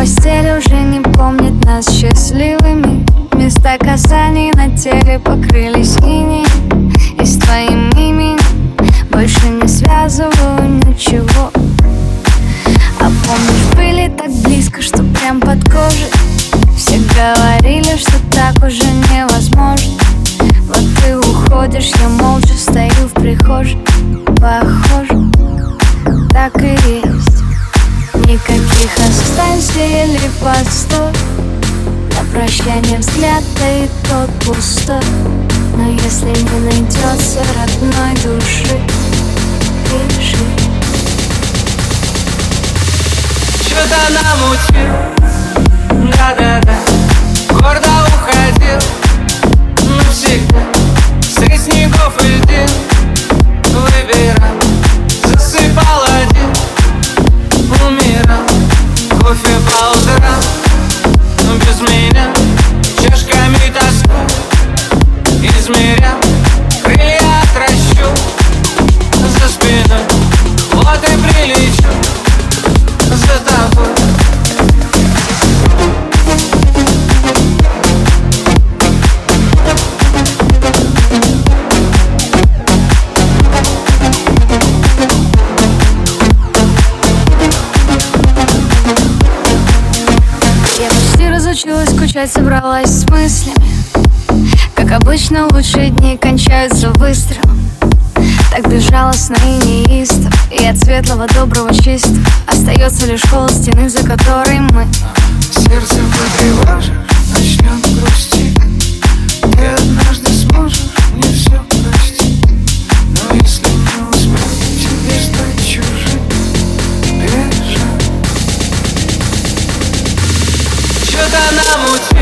постель уже не помнит нас счастливыми. Места касаний на теле покрылись инеем, и с твоим именем больше не связываю ничего. А помнишь, были так близко, что прям под кожей. Все говорили, что так уже невозможно. Вот ты уходишь, я молча стою в прихожей. Похоже, так и есть. Никаких останься или постой. На прощание взгляд, да и тот пустой. Но если не найдется родной души, пиши. Что-то намутил, да-да-да. Гордо уходил навсегда. Средь снегов и льдин выбирал, засыпал один, умирал. Кофе по утрам без меня, чашками тоску измерял. Крылья отращу за спиной, вот и прилечу за тобой. Я почти разучилась скучать, собралась с мыслями. Как обычно, лучшие дни кончаются выстрелом. Так безжалостно и неистово, и от светлого, доброго, чистого остается лишь холод стены, за которой мы. Сердце потревожишь, начнет грустить. Ты однажды сможешь мне все простить. Но если не успеть тебе стать чужим, бежать. Что-то намутил.